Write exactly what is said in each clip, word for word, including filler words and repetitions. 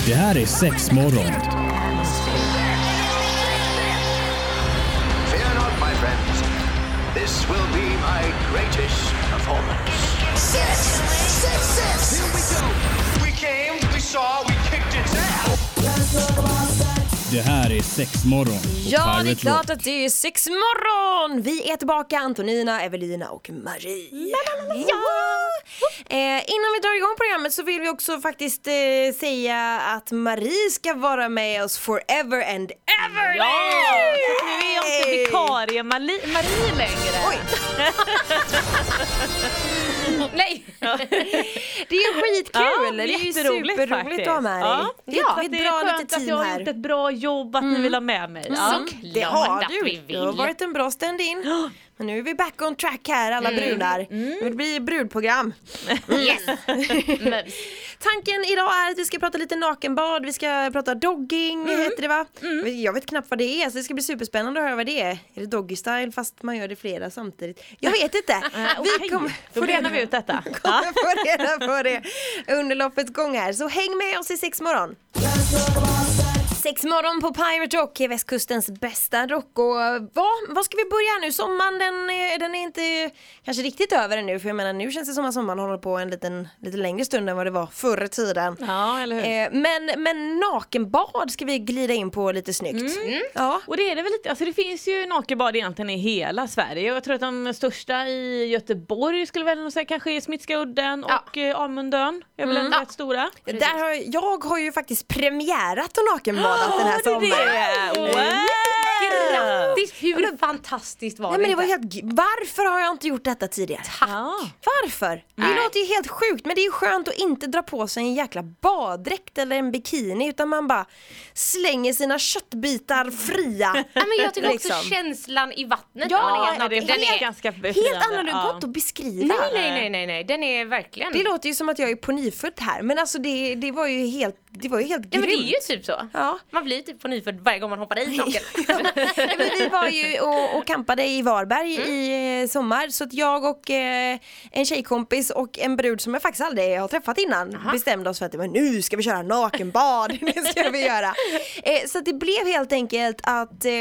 Det här är sex morgon. Fear not, my friends. This will be my greatest performance. Six, six, six. Here we go. We came, we saw, we kicked its ass. Det här är sex morgon. Ja, det är klart att det är sex morgon. Vi är tillbaka, Antonina, Evelina och Marie. Ja. Eh, innan vi drar igång programmet så vill vi också faktiskt eh, säga att Marie ska vara med oss forever and ever. Ja, nu är jag inte vikarie Marie, Marie längre. Oj. Nej. Det är ju skitkul. Ja, det är ju jätteroligt superroligt faktiskt. att ha med dig. Ja, Det, ja, vi det drar är skönt lite att team jag har här. gjort ett bra jobb att ni vill ha med mig. Ja. Det har du. Du har varit en bra stand-in. Men nu är vi back on track här, alla brudar. Mm. Det blir brudprogram. Yes. Tanken idag är att vi ska prata lite nakenbad. Vi ska prata dogging, mm. heter det va? Mm. Jag vet knappt vad det är, så det ska bli superspännande att höra vad det är. Är det doggy style fast man gör det flera samtidigt? Jag vet inte. Uh, vi okay. kommer Då renar vi ut detta. kommer få reda på det under loppets gång här. Så häng med oss i sex morgon. Sex morgon på Pirate Rock är västkustens bästa rock. Och vad, vad ska vi börja nu? Sommaren, den är, den är inte kanske riktigt över ännu. För jag menar, nu känns det som att sommaren håller på en liten, lite längre stund än vad det var förr i tiden. Ja, eller hur? Eh, men, men nakenbad ska vi glida in på lite snyggt. Mm. Ja. Och det är det väl lite, alltså det finns ju nakenbad egentligen i hela Sverige. Jag tror att de största i Göteborg skulle väl säga kanske är Smitska udden Ja. och eh, Amundön. Jag vill Mm. ändå rätt stora. Där har, jag har ju faktiskt premiärat och nakenbadat den här sommaren. Wow. Grattis, hur fantastiskt var Nej, det men det var inte? helt, g- varför har jag inte gjort detta tidigare? Ja. Varför? Det låter ju helt sjukt, men det är ju skönt att inte dra på sig en jäkla baddräkt eller en bikini, utan man bara slänger sina köttbitar fria. Ja, men jag tycker också liksom. känslan i vattnet. Ja, när man är helt det naken, är den är... ganska Helt befriande. annorlunda, det Ja. går inte att beskriva. Nej, nej, nej, nej, nej, den är verkligen... Det låter ju som att jag är pånyfödd här, men alltså det, det var ju helt, det var ju helt Ja, men det är grymt. ju typ så. Ja. Man blir typ på nyfödd varje gång man hoppar i naken. Nej, men vi var ju och, och campade i Varberg Mm. i eh, sommar. Så att jag och eh, en tjejkompis och en brud som jag faktiskt aldrig har träffat innan Aha. bestämde oss för att men nu ska vi köra nakenbad. Det ska vi göra. Eh, så att det blev helt enkelt att... Eh,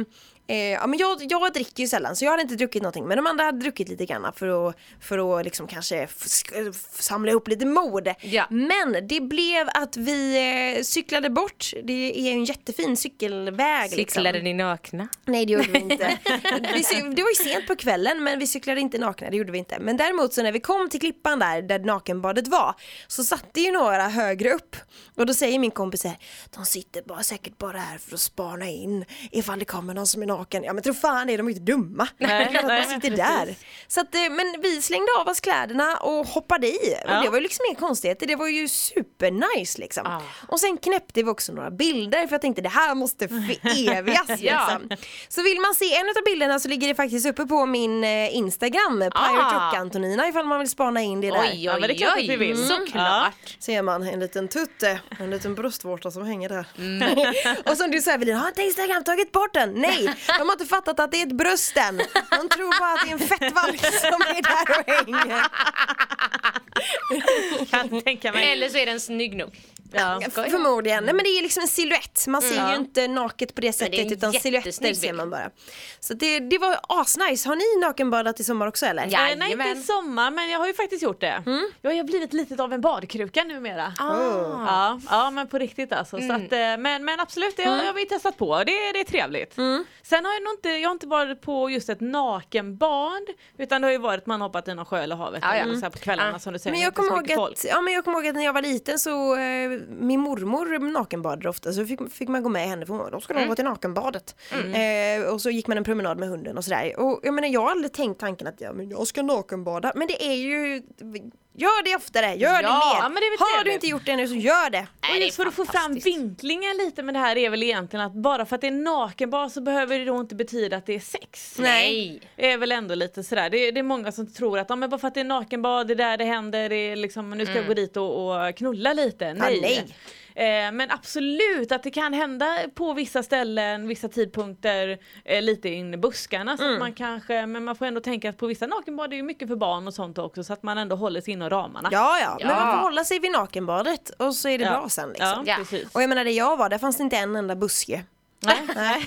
Eh, ja, men jag, jag dricker ju sällan, så jag hade inte druckit någonting. Men de andra hade druckit lite grann för att, för att liksom kanske f- sk- f- samla ihop lite mod. Ja. Men det blev att vi eh, cyklade bort. Det är en jättefin cykelväg. Cyklade liksom. ni nakna? Nej, det gjorde vi inte. vi, cy- det var ju sent på kvällen, men vi cyklade inte nakna, det gjorde vi inte. Men däremot så när vi kom till klippan där, där nakenbadet var, så satt det ju några högre upp. Och då säger min kompis här, de sitter bara, säkert bara här för att spana in ifall det kommer någon som är naken. Ja, men tro fan är de inte dumma. Nej, Att nej, man sitter precis. där. Så att, eh, men vi slängde av oss kläderna och hoppade i. Ja. Och det var ju liksom inga konstigheter. Det var ju supernice liksom. Ah. Och sen knäppte vi också några bilder, för jag tänkte det här måste förevigas Ja. liksom. Så vill man se en av bilderna så ligger det faktiskt uppe på min eh, Instagram, Pirate Rock Antonina, ifall man vill spana in det där. Oj, Ja, men det är oj, klart att vi vill. oj, såklart. Ser man en liten tutte, en liten bröstvårta som hänger där. Och som du säger, Evelina, har inte Instagram tagit bort den? Nej, de har inte fattat att det är ett brösten. De tror bara att det är en fettvalk som är där och hänger. Kan tänka mig. Eller så är den snygg nog. Ja. Skoj. Förmodligen. Nej, men det är liksom en silhuett. Man ser ju inte naket på det det är sättet, en utan silhuetter jättesnygg ser bild. man bara. Så det, det var asnice. Har ni nakenbadat i sommar också eller? Ja. Eh, Nej, inte i Jajamän. sommar, men jag har ju faktiskt gjort det. Jag har blivit lite av en badkruka numera. Ah. Ja, ja, men på riktigt alltså. Så att, eh, men, men absolut, det har jag har testat på. Det, det är trevligt. Sen har jag nog inte, jag har inte varit på just ett nakenbad, utan det har ju varit man hoppat i någon sjö eller havet Ja, ja. eller så här på kvällarna Ja. som du säger. Men jag inte kommer så ihåg mycket folk. att, ja, men jag kommer ihåg att när jag var liten så eh, min mormor nakenbadade ofta, så fick, fick man gå med henne för de skulle mm. gå till nakenbadet. Eh, och så gick man en promenad med hunden och sådär. Och jag menar, jag har aldrig tänkt tanken att ja, men jag ska nakenbada, men det är ju, gör det oftare, gör det Ja, mer. men det är väl har du trevligt. inte gjort det nu så gör det. Och just för att få fram vinklingen lite med det här är väl egentligen att bara för att det är nakenbad så behöver det då inte betyda att det är sex. Nej. Det är väl ändå lite sådär. Det är, det är många som tror att ja, men bara för att det är nakenbad, det är där det händer, det är liksom, nu ska jag gå dit och, och knulla lite. Nej. nej. Eh, men absolut att det kan hända på vissa ställen, vissa tidpunkter, eh, lite in i buskarna. Så Mm. att man kanske, men man får ändå tänka att på vissa nakenbad är ju mycket för barn och sånt också. Så att man ändå håller sig inom ramarna. Ja, ja, men Ja. man får hålla sig vid nakenbadet och så är det Ja. bra sen liksom. Ja, Ja. precis. Och jag menar det jag var, där fanns det inte en enda buske. Nej. Nej.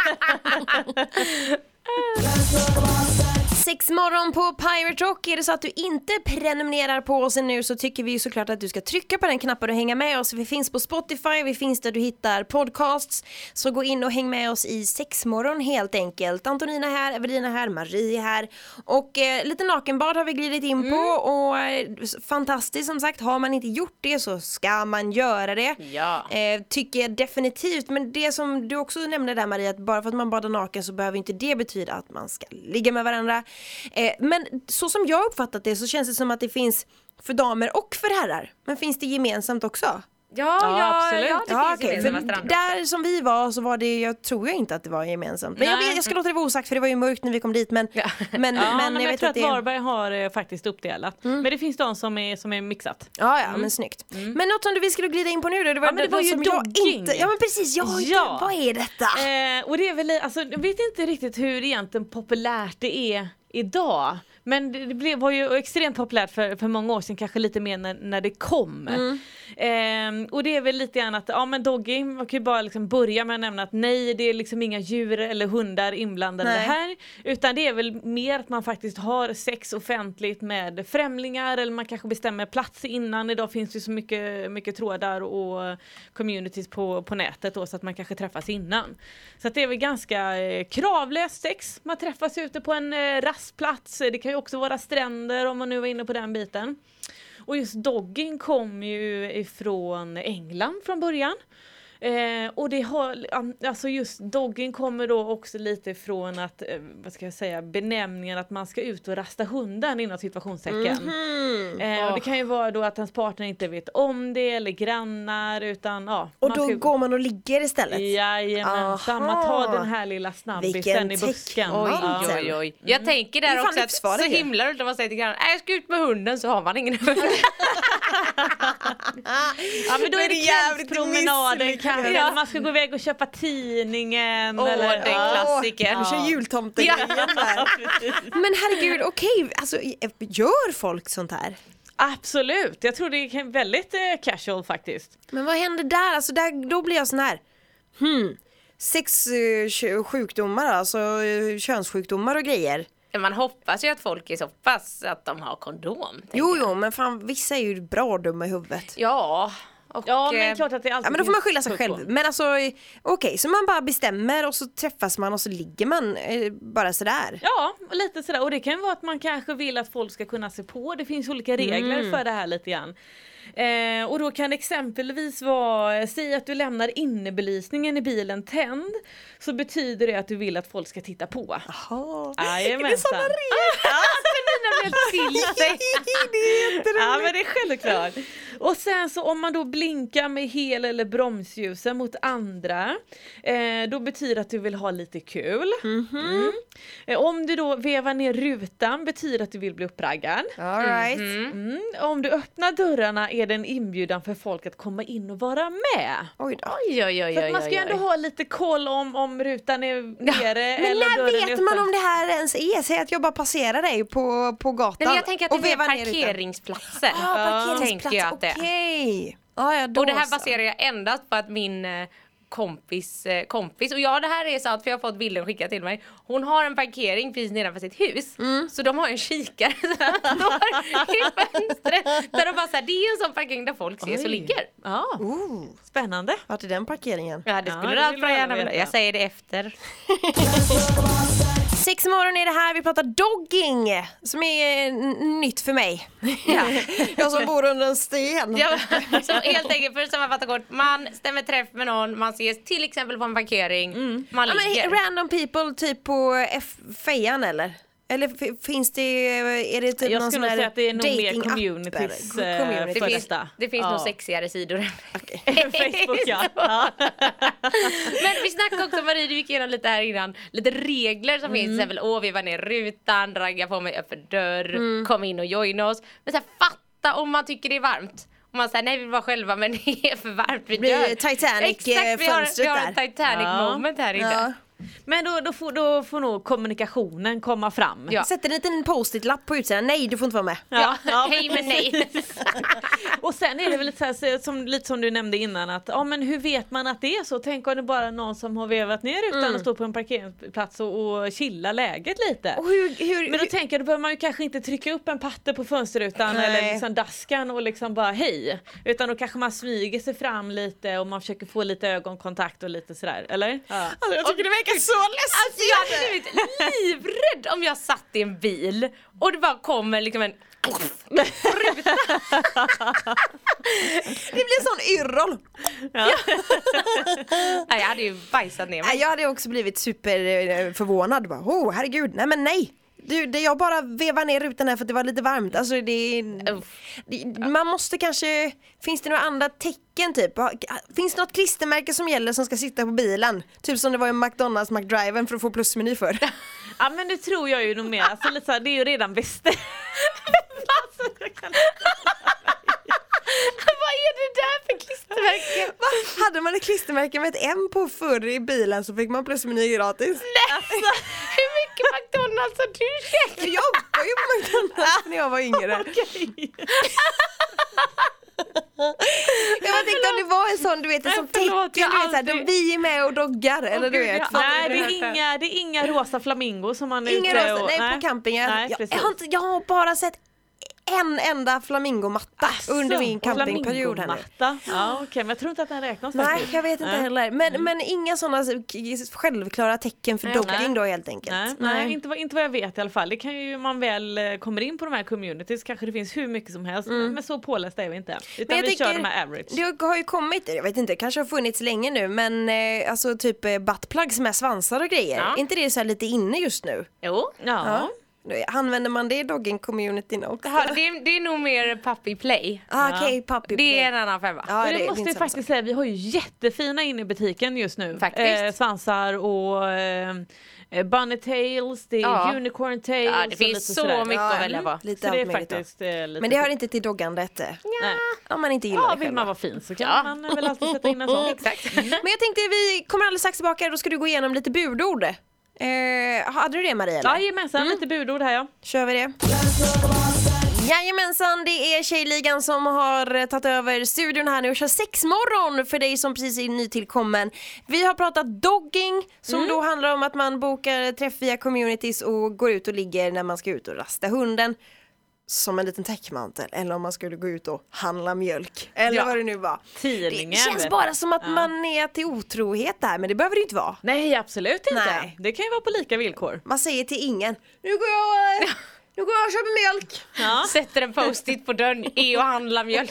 Sex morgon på Pirate Rock. Är det så att du inte prenumererar på oss nu så tycker vi ju såklart att du ska trycka på den knappen och hänga med oss. Vi finns på Spotify, vi finns där du hittar podcasts. Så gå in och häng med oss i sex morgon helt enkelt. Antonina här, Evelina här, Marie här. Och eh, lite nakenbad har vi glidit in på. Och eh, fantastiskt som sagt, har man inte gjort det så ska man göra det. Ja. Eh, tycker jag definitivt. Men det som du också nämnde där Maria, att bara för att man badar naken så behöver inte det betyda att man ska ligga med varandra. Eh, men så som jag uppfattat det så känns det som att det finns för damer och för herrar. Men finns det gemensamt också? Ja, Ja, ja, absolut. ja, det Ja, finns okej. gemensamma För strandor. där som vi var så var det, jag tror jag inte att det var gemensamt. Men jag, Nej. vet, jag ska låta det vara osagt för det var ju mörkt när vi kom dit. Men, Ja. men, Ja, men men jag, jag vet tror att att det... Varberg har eh, faktiskt uppdelat. Men det finns de som är, som är mixat. Ja, ja, men snyggt. Men något som du vi skulle glida in på nu då, det var, Ja, men det var ju som jag dogging. inte... Ja, men precis. Jag har inte... Ja. Vad är detta? Eh, och det är väl, alltså, jag vet inte riktigt hur egentligen populärt det är idag. Men det, det blev, var ju extremt populärt för, för många år sedan, kanske lite mer när, när det kom. Eh, och det är väl lite grann att, ja men dogging, man kan ju bara liksom börja med att nämna att nej, det är liksom inga djur eller hundar inblandade i det Nej. här. Utan det är väl mer att man faktiskt har sex offentligt med främlingar, eller man kanske bestämmer plats innan. Idag finns det så mycket, mycket trådar och communities på, på nätet då, så att man kanske träffas innan. Så att det är väl ganska eh, kravlöst sex. Man träffas ute på en eh, rastplats. Det kan ju också vara stränder om man nu var inne på den biten. Och just dogging kom ju ifrån England från början. Eh, och det har, alltså just dogging kommer då också lite från att, eh, vad ska jag säga, benämningen att man ska ut och rasta hunden inom situationstecken. Mm-hmm. Eh, och det kan ju vara då att ens partner inte vet om det eller grannar, utan ja. Och man då ska... går man och ligger istället? Jajamensan, man tar den här lilla snabbisen Vilken i busken. tek- Oj, Ja. oj, oj. Jag tänker där Det är fan också att livsfarligt så ju. himla roligt om man säger till grannen, "Nej, jag ska ut med hunden", så har man ingen hund. Ja, men då är Men det det är jävligt kvällspromenaden misslyckat. kanske. Ja. Eller man ska gå iväg och köpa tidningen. Åh, eller, den ja. klassikern. Du kör jultomtegrejen där. Men herregud, okej, alltså gör folk sånt här? Absolut, jag tror det är väldigt eh, casual faktiskt. Men vad händer där? Alltså där, då blir jag sån här. Hmm. Sex eh, sjukdomar, alltså eh, könssjukdomar och grejer. Man hoppas ju att folk är så pass att de har kondom. tänker Jo, jag. jo, men fan vissa är ju bra dumma i huvudet. Ja. Och, Ja, men eh, klart att det alltid Ja, men då får man finns skylla sig sjukdom. själv. Men alltså, eh, okej, så man bara bestämmer och så träffas man och så ligger man eh, bara sådär. Ja, och lite sådär. Och det kan vara att man kanske vill att folk ska kunna se på. Det finns olika regler Mm. för det här lite grann. Eh, och då kan det exempelvis vara, säg att du lämnar innebelysningen i bilen tänd, så betyder det att du vill att folk ska titta på. Jaha. Jajamensan. Är det såna regler? Ja, Selina blev till sig. Ja, men det är självklart. Och sen så om man då blinkar med hel- eller bromsljusen mot andra, eh, då betyder det att du vill ha lite kul. Mm. Eh, om du då vevar ner rutan betyder det att du vill bli uppraggad. All right. Mm. Om du öppnar dörrarna är det en inbjudan för folk att komma in och vara med. Oj då. Oj, oj, oj, För att oj, man ska ju oj, ändå oj. ha lite koll om, om rutan är nere Men eller när dörren är vet man öppen. om det här ens är? Säg att jag bara passerar dig på, på gatan. Nej, men jag tänker att det och är vevar mer ner rutan. parkeringsplatser. Ja, parkeringsplats, tänker jag att det är. okej. Ja, ja, då Och det här så. baserar jag endast på att min eh, kompis, eh, kompis, och ja, det här är sant för jag har fått bilden skickad till mig. Hon har en parkering precis nedanför sitt hus, så de har en kikare som står i fönstret där de bara såhär, det är en sån parkering där folk ses och Oj. ligger. Ja, Ooh, spännande. vart är den parkeringen? Ja, det Ja, skulle det du allt vill bra alla gärna veta. veta. Jag säger det efter. Sex morgon är det här, vi pratar dogging som är n- nytt för mig. Ja. Jag som bor under en sten. Ja, så helt enkelt, för att sammanfatta kort, man stämmer träff med någon, man ses till exempel på en parkering, man Ja, ligger. men random people typ på F- fejan eller? Eller f- finns det, är det typ Jag någon skulle sån nog här säga att det är nog mer dating-app, communities eller? eh, Community. för det finns, detta. det finns Ja. nog sexigare sidor än Facebook, ja. Ja. Men vi snackade också, Marie, du gick igenom lite här innan, lite regler som finns, till exempel, åh, vi var ner rutan, ragga på mig öppen dörr, kom in och joina oss. Men så här, fatta om man tycker det är varmt man säger nej vi vill vara själva men det är för varmt, vi Det blir dör. Titanic, Exakt, eh, vi har, vi fönstret har där. en Titanic Ja. moment här inne. Ja. Men då, då, får, då får nog kommunikationen komma fram. Ja. Sätter en liten post-it-lapp på utsidan. Nej, du får inte vara med. Ja, Ja, hej men nej. Och sen är det väl lite, så här, som, lite som du nämnde innan att ja, men hur vet man att det är så? Tänk om det bara är någon som har vevat ner utan Mm. att stå på en parkeringsplats och, och chilla läget lite. Och hur, hur, Men då tänker jag, då behöver man ju kanske inte trycka upp en patte på fönsterrutan Nej. eller liksom daskan och liksom bara hej. Utan då kanske man smyger sig fram lite och man försöker få lite ögonkontakt och lite sådär, eller? Ja. Alltså, jag tycker det verkar så läskigt. Alltså jag hade blivit livrädd om jag satt i en bil och det bara kommer liksom en Det blir en sån yrrol. Nej, jag hade ju bajsat ner mig. Nej, jag hade också blivit super eh, förvånad. Bara, oh, herregud, nej men nej. Du, det jag bara vevar ner rutan här för att det var lite varmt. Alltså det, det man måste kanske, finns det några andra tecken typ? Finns det något klistermärke som gäller som ska sitta på bilen? Typ som det var i McDonalds McDriven för att få plusmeny för. Ja men det tror jag ju nog mer, alltså, lite så här, det är ju redan bestämt. Alltså, jag kan... Vad är det där för klistermärke? Va? Hade man ett klistermärke med ett M på förr i bilen så fick man plusmeny gratis. Alltså, hur mycket McDonalds har du käkat? Jag jobbar ju på McDonalds när jag var yngre. Okej. Jag bara tänkte om det var en sån, du vet, en sån förlåt, tecken, jag du vet, såhär, aldrig- de, vi är med och doggar, eller du gud, vet. jag Fan, Nej, det aldrig är, hört det. inga, det är inga rosa flamingos som man är ingen ute rosa, och... nej, på campingen. Nej, jag, precis. jag, har inte, jag har bara sett en enda flamingomatta Asså, under min campingperiod här nu. flamingomatta. Ja, okej, men jag tror inte att den räknas Nej, faktiskt. jag vet inte Nej. heller. Men, men inga sådana självklara tecken för Nej, dogging nej. då helt enkelt. Nej, nej. Inte, vad, inte vad jag vet i alla fall. Det kan ju, man väl eh, kommer in på de här communities kanske det finns hur mycket som helst. Men så pålästa är vi inte. Utan jag vi kör tycker- de här average. Det har ju kommit, jag vet inte, kanske har funnits länge nu, men eh, alltså typ eh, buttplugs med svansar och grejer. Ja. Är inte det så här lite inne just nu? Jo, Ja. Ja. Använder man det i dogging-communityn också? det, har- det, är, det är nog mer puppy play. Ah, okej, puppy Det är play. en annan femma. Ja, Men det det är måste inte jag samma faktiskt säga, vi har ju jättefina inne i butiken just nu. Faktiskt. Eh, svansar och eh, bunny tails, det är Ja. unicorn tails. Ja, det och finns lite så sådär. mycket Ja, att välja på. lite Så det är allt möjligt då. faktiskt eh, lite Men det hör inte till doggandet. eh, Nej. Om man inte gillar Ja, det vill själv. man vara fin så kan Ja. man väl alltid sätta in en sån. Exakt. Men jag tänkte vi kommer alldeles strax tillbaka, då ska du gå igenom lite budord. Eh, hade du det Maria? Eller? Jajamensan, lite budord här ja. Kör vi det? Jajamensan, det är Tjejligan som har eh, tagit över studion här nu och kör sexmorgon för dig som precis är nytillkommen. Vi har pratat dogging som då handlar om att man bokar träff via communities och går ut och ligger när man ska ut och rasta hunden. Som en liten täckmantel, eller om man skulle gå ut och handla mjölk. Eller Ja. vad det nu var. Tidningen, Det känns vet bara du. som att Ja. man är till otrohet där, men det behöver det ju inte vara. Nej, absolut inte. Nej. Det kan ju vara på lika villkor. Man säger till ingen, nu går jag, eh, nu går jag och köper mjölk. Ja. Sätter en post-it på dörren, är och handlar mjölk.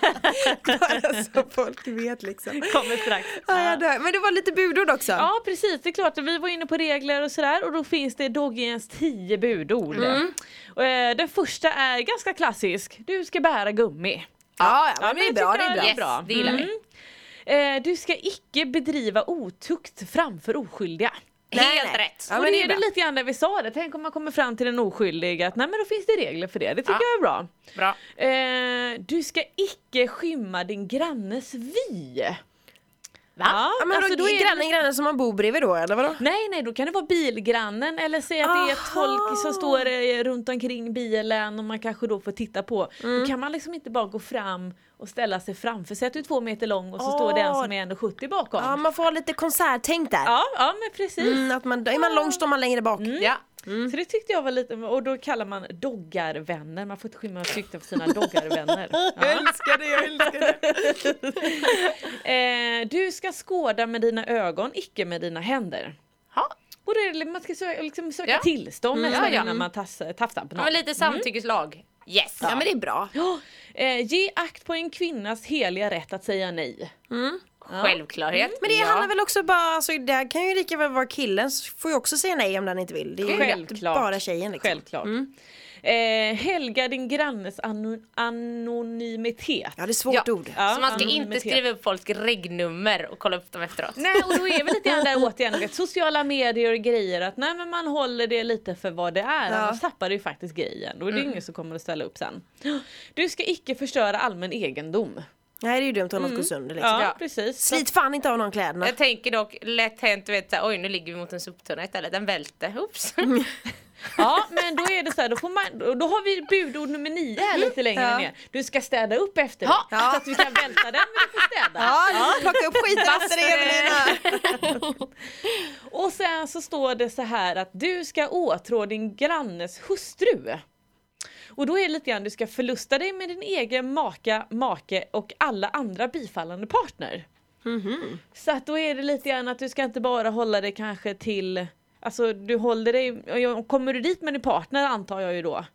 Bara så folk vet liksom. Kommer strax. Ja, jag dör. Men det var lite budord också. Ja precis, det är klart att vi var inne på regler och sådär och då finns det doggingens tio budord. Och, eh, den första är ganska klassisk, du ska bära gummi. ja, ja men det är jag bra, det tycker är bra. det Yes, bra. det gillar vi. Mm. Eh, du ska icke bedriva otukt framför oskyldiga. Nej, Helt nej. rätt. Ja, och men det det är är det bra. lite grann där vi sa det, tänk om man kommer fram till en oskyldig att nej men då finns det regler för det, det tycker Ja. jag är bra. Bra. Eh, du ska icke skymma din grannes vy. Va? Ja, men alltså, då då är är det grannen grannen som man bor bredvid då, eller vadå? Nej, nej, då kan det vara bilgrannen eller säga att det är ett Aha. folk som står eh, runt omkring bilen och man kanske då får titta på. Mm. Då kan man liksom inte bara gå fram och ställa sig framför. Säg att du är två meter lång och så Åh. står det en som är en komma sjuttio bakom. Ja, man får ha lite konserttänk där. Ja, ja men precis. Mm, att man, är man lång står man längre bak. Ja. Så det tyckte jag var lite, och då kallar man doggarvänner. Man får inte skymma sikten för sina doggarvänner. Jag Ja. älskar det, jag älskar det. Eh, du ska skåda med dina ögon, icke med dina händer. Ha. Och det är, man ska söka, liksom söka Ja. tillstånd nästan Ja, ja. innan man tassar, tafsar på Ja, någon. men lite samtyckeslag. Yes. Ja, men det är bra. Ja, eh, ge akt på en kvinnas heliga rätt att säga nej. Självklarhet. Men det ja. handlar väl också bara, alltså det här kan ju lika väl vara killen, så får ju också säga nej om den inte vill. Det är ju Självklart. bara tjejen liksom. Självklart. Eh, helga din grannes ano- anonymitet. Ja, det är svårt Ja. ord. Ja, Så man ska anonymitet. inte skriva upp folks regnummer och kolla upp dem efteråt. Nej, och då är vi lite grann där återigen, vet, sociala medier och grejer, att nej, men man håller det lite för vad det är, Ja. annars tappar det ju faktiskt grejen. Då är det Mm. ingen som kommer att ställa upp sen. Du ska icke förstöra allmän egendom. Nej, det är ju dumt om något går sönder liksom. Ja, Ja. precis. Slit fan inte av någon kläderna. Jag tänker dock lätt hänt, du vet så här, oj nu ligger vi mot en soptunna istället, den välte, oops. Ja, men då är det så här, då, får man, då har vi budord nummer nio här lite längre Ja. ner. Du ska städa upp efter Ja. dig, så att vi kan välta den, men du får städa. Ja, du får plocka upp skiten efter det, Evelina. Och sen så står det så här att du ska åtrå din grannes hustru. Och då är det lite grann, du ska förlusta dig med din egen maka, make och alla andra bifallande partner. Mhm. Så att då är det lite grann att du ska inte bara hålla dig kanske till, alltså du håller dig, kommer du dit med din partner antar jag ju då.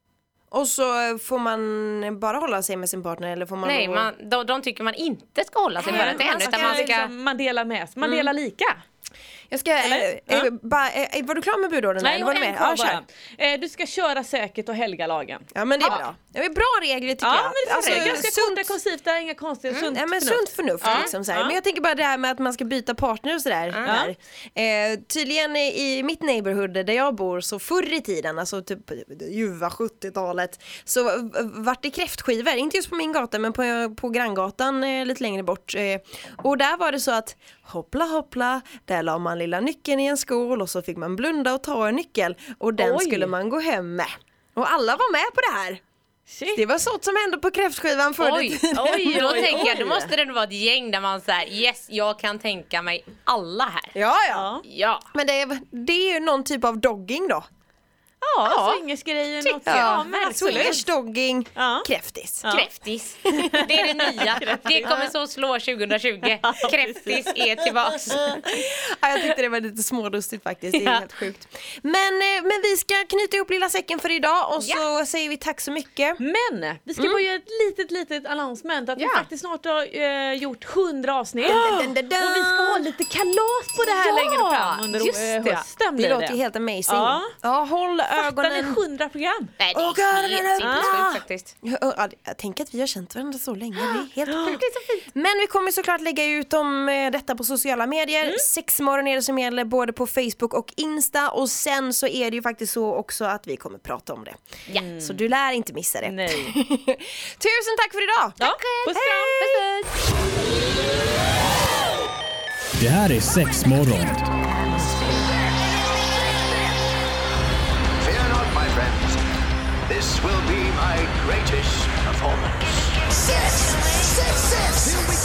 Och så får man bara hålla sig med sin partner eller får man Nej, lov- man, de, de tycker man inte ska hålla sig med den till man, en, ska, utan man ska... liksom, man delar med sig, man delar lika. Jag ska, Eller? eh, Ja. eh, ba, eh, var du klar med budorden? Nej, eller och var du en med? kvar Ja, kör. bara. Eh, du ska köra säkert och helga lagen. Ja, men det är Ja. bra. Det är bra regler tycker Ja, jag. men det är Alltså, det. Ganska sunt- korta, koncist, det är inga konstiga, sunt Ja, men förnuft. sunt förnuft Ja. liksom så här. Ja. Men jag tänker bara det här med att man ska byta partner och sådär. Där. Eh, tydligen i mitt neighborhood där jag bor så förr i tiden, alltså typ ljuva sjuttiotalet, så vart det kräftskivor, inte just på min gata men på, på granngatan eh, lite längre bort. Eh, och där var det så att hoppla hoppla, där la man lilla nyckeln i en skål och så fick man blunda och ta en nyckel och den Oj. skulle man gå hem med. Och alla var med på det här. Shit. Det var sånt som hände på kräftskivan förr i Oj, tiden. Oj, då oj, tänker jag, då oj. måste det vara ett gäng där man säger yes, jag kan tänka mig alla här. Ja, ja. Ja. Ja. Men det är, det är ju någon typ av dogging då. Ja, Ja. swingersgrejer, något. jag. Ja, men Absolut. Swingers, dogging, Ja. kräftis. Ja. Kräftis. Det är det nya. Det kommer så slå tjugohundratjugo. Kräftis är tillbaks. Ja, jag tyckte det var lite smålustigt faktiskt, det är Ja. helt sjukt. Men, eh, men vi ska knyta ihop lilla säcken för idag och så Ja. säger vi tack så mycket. Men vi ska bara göra ett litet litet announcement att Ja. vi faktiskt snart har eh, gjort hundra avsnitt. Dun, dun, dun, dun. Och vi ska ha lite kalas på det här Ja, längre fram under just eh, det. hösten. Det blir låter ju helt amazing. Ja, Ja. håll Fattar ni, ögonen. hundra program. Nej, det Åh, är God, helt den är sinnessjukt bra. faktiskt. Ja, ja, jag tänker att vi har känt varandra så länge, det är helt sjukt. Men vi kommer såklart lägga ut om eh, detta på sociala medier. Mm. Sexmorgon är det som gäller både på Facebook och Insta och sen så är det ju faktiskt så också att vi kommer prata om det. Ja. Så du lär inte missa det. Nej. Tusen tack för idag! Ja, puss kram. Puss, puss. Det här är Sexmorgon. Fear not, my friends. This will be my greatest performance. Six, six, six. Here we